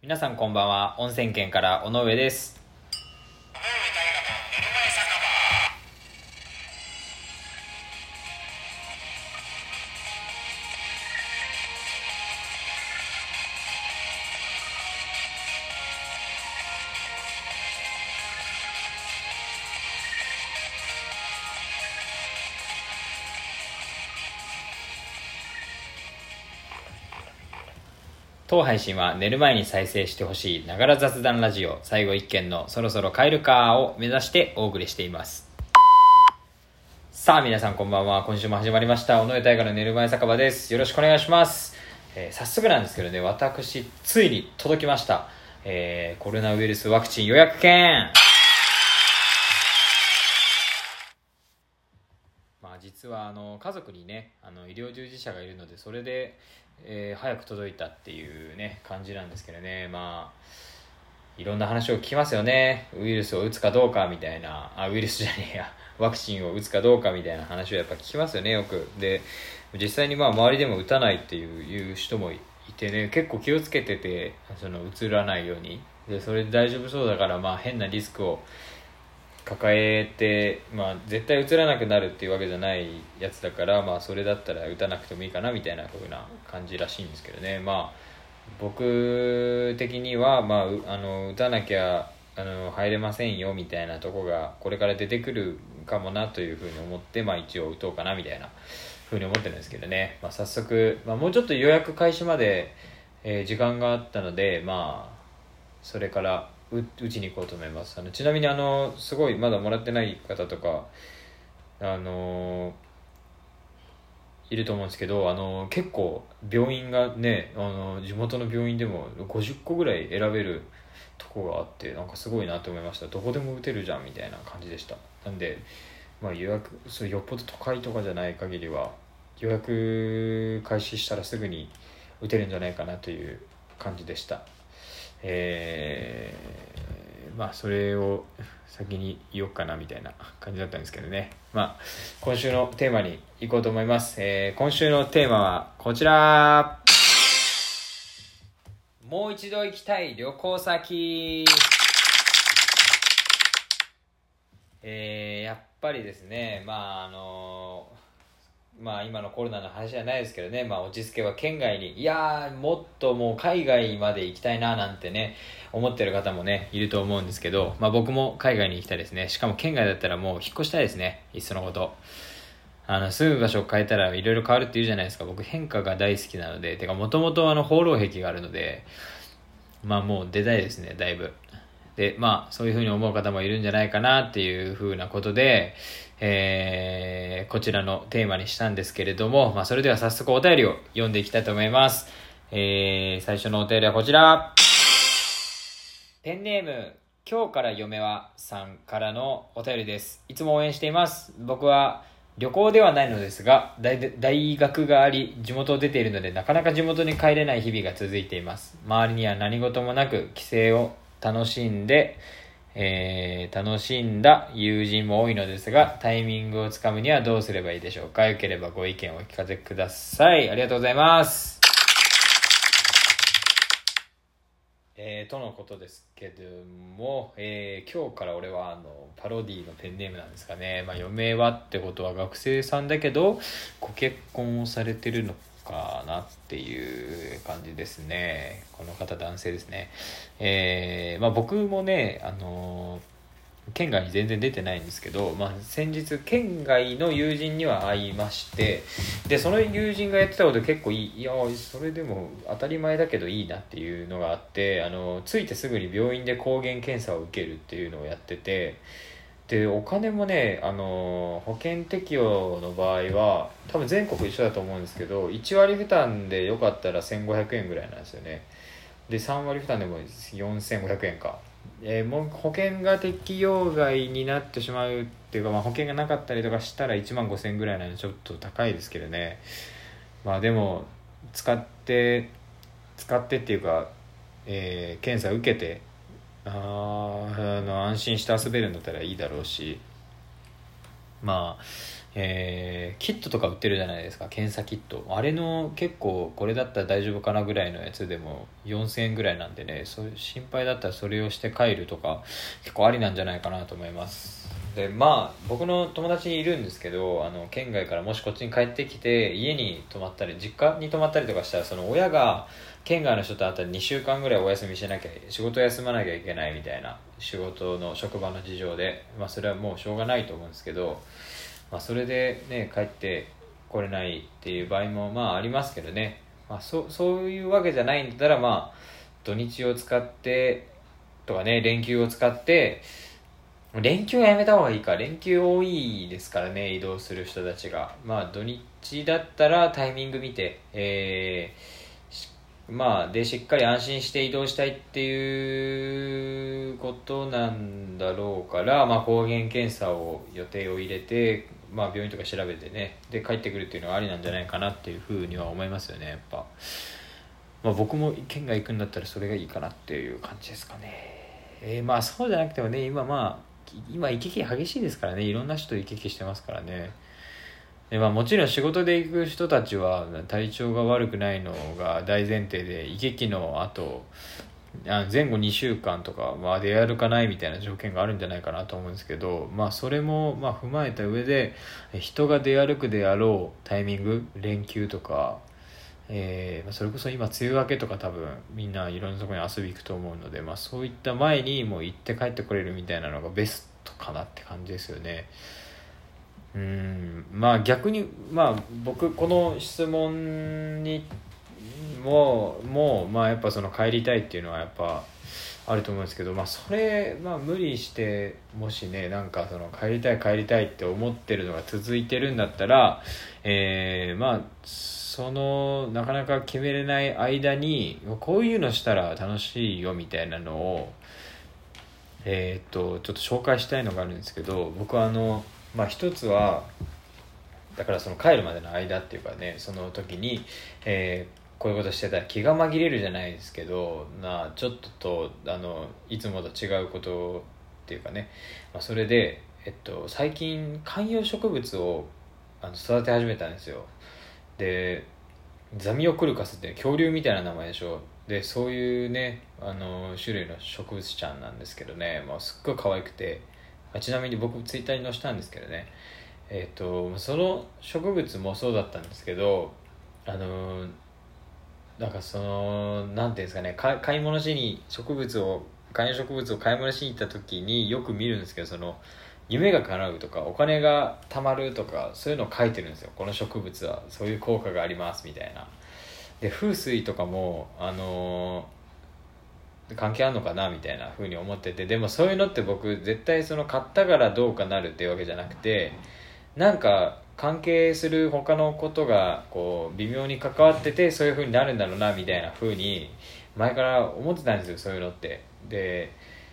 皆さんこんばんは。温泉県から尾上です。当配信は寝る前に再生してほしいながら雑談ラジオ最後一件のそろそろ帰るかを目指してお送りしています。さあ皆さんこんばんは。今週も始まりました尾上大河の寝る前酒場です。よろしくお願いします。早速なんですけどね、私ついに届きました、コロナウイルスワクチン予約券。実は家族にね医療従事者がいるのでそれで、早く届いたっていうね感じなんですけどね。いろんな話を聞きますよね。ウイルスを打つかどうかみたいな、ウイルスじゃねえやワクチンを打つかどうかみたいな話をやっぱ聞きますよね、よく。で実際に周りでも打たないっていう人もいてね、結構気をつけてて移らないようにで、それで大丈夫そうだから変なリスクを抱えて、絶対移らなくなるっていうわけじゃないやつだから、それだったら打たなくてもいいかなみたいな風な感じらしいんですけどね。僕的には、打たなきゃ入れませんよみたいなとこがこれから出てくるかもなという風に思って、一応打とうかなみたいな風に思ってるんですけどね。早速、もうちょっと予約開始まで、時間があったので、それから打ちに行こうと思います。ちなみにすごいまだもらってない方とかいると思うんですけど、結構病院がね地元の病院でも50個ぐらい選べるとこがあって、なんかすごいなと思いました。どこでも打てるじゃんみたいな感じでした。なんで、予約よっぽど都会とかじゃない限りは予約開始したらすぐに打てるんじゃないかなという感じでした。それを先に言おうかなみたいな感じだったんですけどね。今週のテーマに行こうと思います。今週のテーマはこちら。もう一度行きたい旅行先。やっぱりですね、今のコロナの話じゃないですけどね、落ち着けば県外に、もっともう海外まで行きたいななんてね思ってる方もねいると思うんですけど、僕も海外に行きたいですね。しかも県外だったらもう引っ越したいですね。いっそのこと、住む場所を変えたらいろいろ変わるって言うじゃないですか。僕変化が大好きなので、てかもともと放浪癖があるので、もう出たいですね、だいぶ。でそういう風に思う方もいるんじゃないかなっていう風なことで、こちらのテーマにしたんですけれども、それでは早速お便りを読んでいきたいと思います。最初のお便りはこちら。ペンネーム今日から嫁はさんからのお便りです。いつも応援しています。僕は旅行ではないのですが大学があり地元を出ているのでなかなか地元に帰れない日々が続いています。周りには何事もなく帰省を楽しんだ友人も多いのですが、タイミングをつかむにはどうすればいいでしょうか。よければご意見をお聞かせください。ありがとうございます。とのことですけども、今日から俺はパロディのペンネームなんですかね。嫁はってことは学生さんだけどご結婚をされてるのかなっていう感じですね。この方男性ですね。僕もね県外に全然出てないんですけど、先日県外の友人には会いまして、でその友人がやってたこと結構いやそれでも当たり前だけどいいなっていうのがあって、着いてすぐに病院で抗原検査を受けるっていうのをやってて、でお金もね保険適用の場合は多分全国一緒だと思うんですけど、1割負担でよかったら1500円ぐらいなんですよね。で3割負担でも4500円か。もう保険が適用外になってしまうっていうか、保険がなかったりとかしたら1万5000円ぐらいなのでちょっと高いですけどね。でも使ってっていうか、検査受けて安心して遊べるんだったらいいだろうし、 キットとか売ってるじゃないですか、検査キット。あれの結構これだったら大丈夫かなぐらいのやつでも4000円ぐらいなんでね、そういう心配だったらそれをして帰るとか結構ありなんじゃないかなと思います。でまあ僕の友達いるんですけど、県外からもしこっちに帰ってきて家に泊まったり実家に泊まったりとかしたら、その親が県外の人と会ったら2週間ぐらいお休みしなきゃ、仕事休まなきゃいけないみたいな、仕事の職場の事情で、それはもうしょうがないと思うんですけど、それでね帰ってこれないっていう場合もありますけどね、そういうわけじゃないんだったら、土日を使ってとかね、連休を使って、連休はやめた方がいいか、連休多いですからね、移動する人たちが。土日だったらタイミング見て、でしっかり安心して移動したいっていうことなんだろうから、抗原検査を予定を入れて、病院とか調べてね、で帰ってくるっていうのはありなんじゃないかなっていうふうには思いますよね、やっぱ。僕も県外行くんだったらそれがいいかなっていう感じですかね。そうじゃなくてもね、今行き来激しいですからね、いろんな人行き来してますからね。でもちろん仕事で行く人たちは体調が悪くないのが大前提で、行き来の後前後2週間とかは出歩かないみたいな条件があるんじゃないかなと思うんですけど、それも踏まえた上で、人が出歩くであろうタイミング、連休とか、それこそ今梅雨明けとか多分みんないろんなところに遊び行くと思うので、そういった前にもう行って帰ってこれるみたいなのがベストかなって感じですよね。逆に僕この質問にもやっぱその帰りたいっていうのはやっぱあると思うんですけど、それ無理してもしね、なんかその帰りたいって思ってるのが続いてるんだったら、そのなかなか決めれない間にこういうのしたら楽しいよみたいなのをちょっと紹介したいのがあるんですけど、僕は一つはだからその帰るまでの間っていうかね、その時に、こういうことしてたら気が紛れるじゃないですけどちょっといつもと違うことっていうかね、それで、最近観葉植物を育て始めたんですよ。でザミオクルカスって恐竜みたいな名前でしょ。でそういうね種類の植物ちゃんなんですけどね、すっごい可愛くて、ちなみに僕ツイッターに載せたんですけどね、その植物もそうだったんですけど、なんかなんていうんですかね、買い物しに観葉植物を買い物しに行った時によく見るんですけど、夢が叶うとかお金が貯まるとかそういうのを書いてるんですよ。この植物はそういう効果がありますみたいな。で風水とかも関係あるのかなみたいな風に思ってて、でもそういうのって僕絶対その買ったからどうかなるっていうわけじゃなくて、なんか関係する他のことがこう微妙に関わっててそういう風になるんだろうなみたいな風に前から思ってたんですよ、そういうのって。で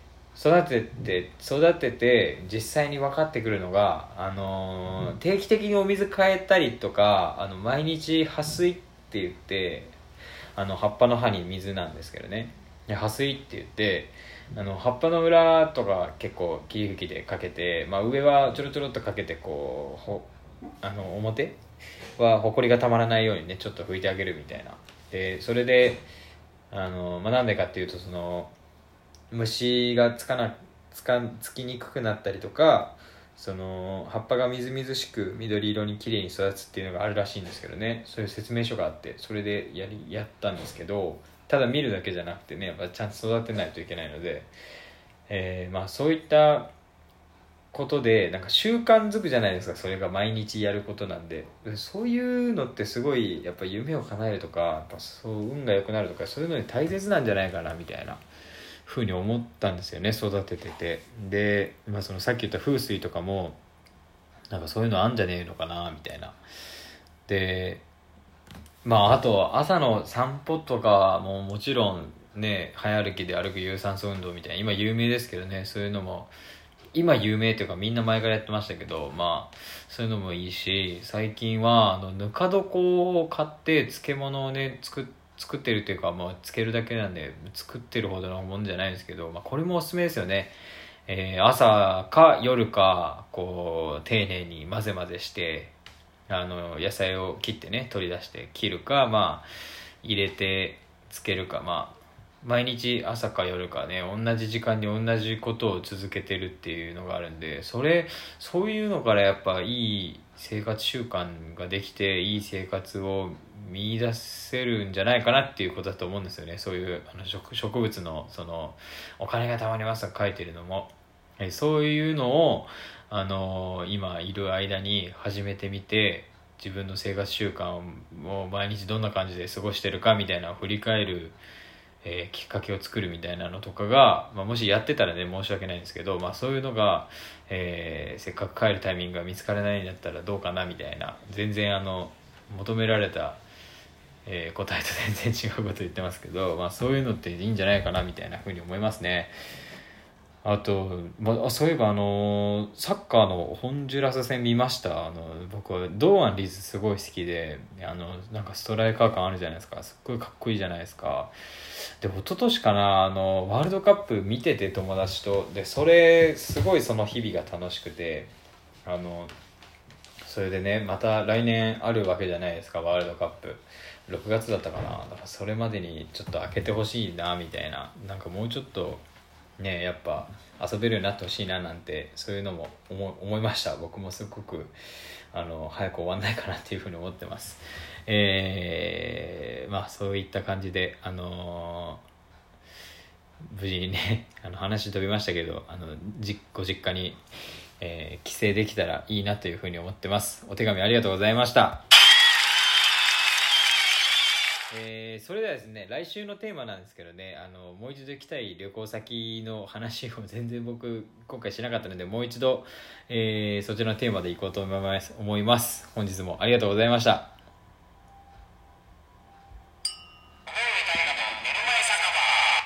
育てて実際に分かってくるのが、定期的にお水変えたりとか、毎日撥水って言って、葉っぱの葉に水なんですけどね、で撥水って言って葉っぱの裏とか結構霧吹きでかけて、上はちょろちょろっとかけてこう表はほこりがたまらないようにねちょっと拭いてあげるみたいな。でそれでなんでかっていうと、虫がつきにくくなったりとか、葉っぱがみずみずしく緑色に綺麗に育つっていうのがあるらしいんですけどね、そういう説明書があってそれでやったんですけど、ただ見るだけじゃなくてね、やっぱちゃんと育てないといけないので、そういったことでなんか習慣づくじゃないですか、それが毎日やることなんで。そういうのってすごいやっぱ夢を叶えるとか、やっぱそう運が良くなるとか、そういうのに大切なんじゃないかなみたいなふうに思ったんですよね、育ててて。で、そのさっき言った風水とかもなんかそういうのあんじゃねえのかなみたいな。であと朝の散歩とかももちろんね、早歩きで歩く有酸素運動みたいな今有名ですけどね、そういうのも今有名というかみんな前からやってましたけど、そういうのもいいし、最近はぬか床を買って漬物をね作ってるっていうか、漬けるだけなんで作ってるほどのもんじゃないんですけど、これもおすすめですよね。 朝か夜かこう丁寧に混ぜ混ぜして野菜を切ってね取り出して切るか入れてつけるか毎日朝か夜かね同じ時間に同じことを続けてるっていうのがあるんでそういうのからやっぱいい生活習慣ができていい生活を見出せるんじゃないかなっていうことだと思うんですよね。そういう植物のそのお金がたまりますとか書いてるのもそういうのを今いる間に始めてみて自分の生活習慣を毎日どんな感じで過ごしてるかみたいなのを振り返るきっかけを作るみたいなのとかが、もしやってたらね申し訳ないんですけど、そういうのが、せっかく帰るタイミングが見つからないんだったらどうかなみたいな全然求められた、答えと全然違うこと言ってますけど、そういうのっていいんじゃないかなみたいなふうに思いますね。あと、そういえばサッカーのホンジュラス戦見ました。僕は堂安律すごい好きでなんかストライカー感あるじゃないですか。すっごいかっこいいじゃないですか。で一昨年かなワールドカップ見てて友達とそれすごいその日々が楽しくてそれでねまた来年あるわけじゃないですか。ワールドカップ6月だったかな。だからそれまでにちょっと開けてほしいなみたいな、なんかもうちょっとねやっぱ遊べるようになってほしいななんてそういうのも思いました。僕もすごく早く終わんないかなっていうふうに思ってます。そういった感じで無事にね話飛びましたけどご実家に、帰省できたらいいなというふうに思ってます。お手紙ありがとうございました。それではですね来週のテーマなんですけどねもう一度行きたい旅行先の話を全然僕今回しなかったのでもう一度、そちらのテーマで行こうと思います。本日もありがとうございました。